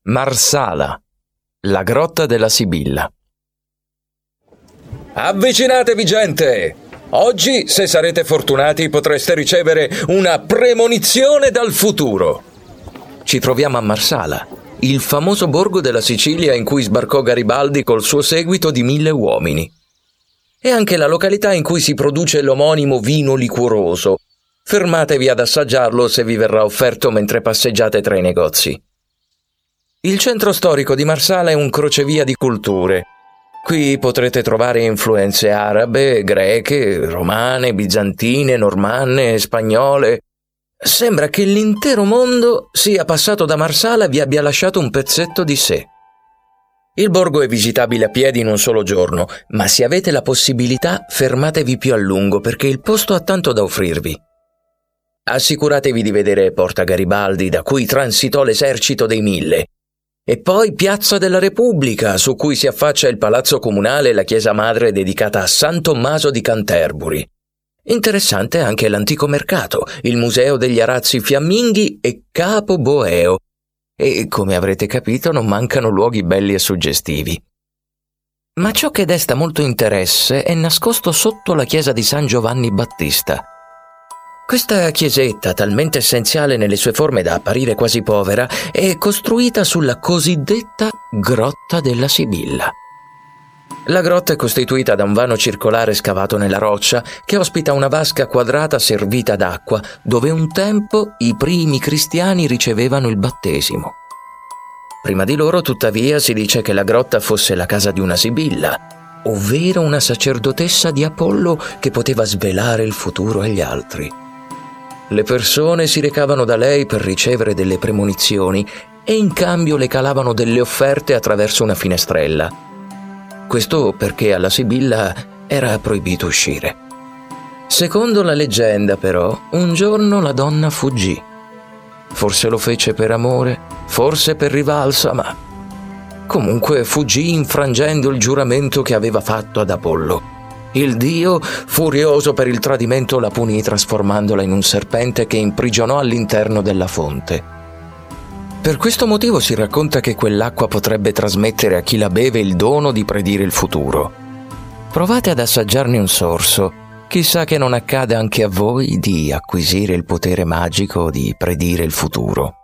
Marsala, la grotta della Sibilla. Avvicinatevi, gente! Oggi, se sarete fortunati, potreste ricevere una premonizione dal futuro. Ci troviamo a Marsala, il famoso borgo della Sicilia in cui sbarcò Garibaldi col suo seguito di 1000 uomini. È anche la località in cui si produce l'omonimo vino liquoroso. Fermatevi ad assaggiarlo se vi verrà offerto mentre passeggiate tra i negozi. Il centro storico di Marsala è un crocevia di culture. Qui potrete trovare influenze arabe, greche, romane, bizantine, normanne, spagnole. Sembra che l'intero mondo sia passato da Marsala e vi abbia lasciato un pezzetto di sé. Il borgo è visitabile a piedi in un solo giorno, ma se avete la possibilità fermatevi più a lungo perché il posto ha tanto da offrirvi. Assicuratevi di vedere Porta Garibaldi, da cui transitò l'esercito dei 1000, e poi Piazza della Repubblica, su cui si affaccia il Palazzo Comunale e la chiesa madre dedicata a San Tommaso di Canterbury. Interessante anche l'antico mercato, il museo degli arazzi fiamminghi e Capo Boeo. E, come avrete capito, non mancano luoghi belli e suggestivi. Ma ciò che desta molto interesse è nascosto sotto la chiesa di San Giovanni Battista. Questa chiesetta, talmente essenziale nelle sue forme da apparire quasi povera, è costruita sulla cosiddetta Grotta della Sibilla. La grotta è costituita da un vano circolare scavato nella roccia che ospita una vasca quadrata servita d'acqua, dove un tempo i primi cristiani ricevevano il battesimo. Prima di loro, tuttavia, si dice che la grotta fosse la casa di una Sibilla, ovvero una sacerdotessa di Apollo che poteva svelare il futuro agli altri. Le persone si recavano da lei per ricevere delle premonizioni e in cambio le calavano delle offerte attraverso una finestrella. Questo perché alla Sibilla era proibito uscire. Secondo la leggenda, però, un giorno la donna fuggì. Forse lo fece per amore, forse per rivalsa, ma comunque fuggì infrangendo il giuramento che aveva fatto ad Apollo. Il dio, furioso per il tradimento, la punì trasformandola in un serpente che imprigionò all'interno della fonte. Per questo motivo si racconta che quell'acqua potrebbe trasmettere a chi la beve il dono di predire il futuro. Provate ad assaggiarne un sorso, chissà che non accada anche a voi di acquisire il potere magico di predire il futuro.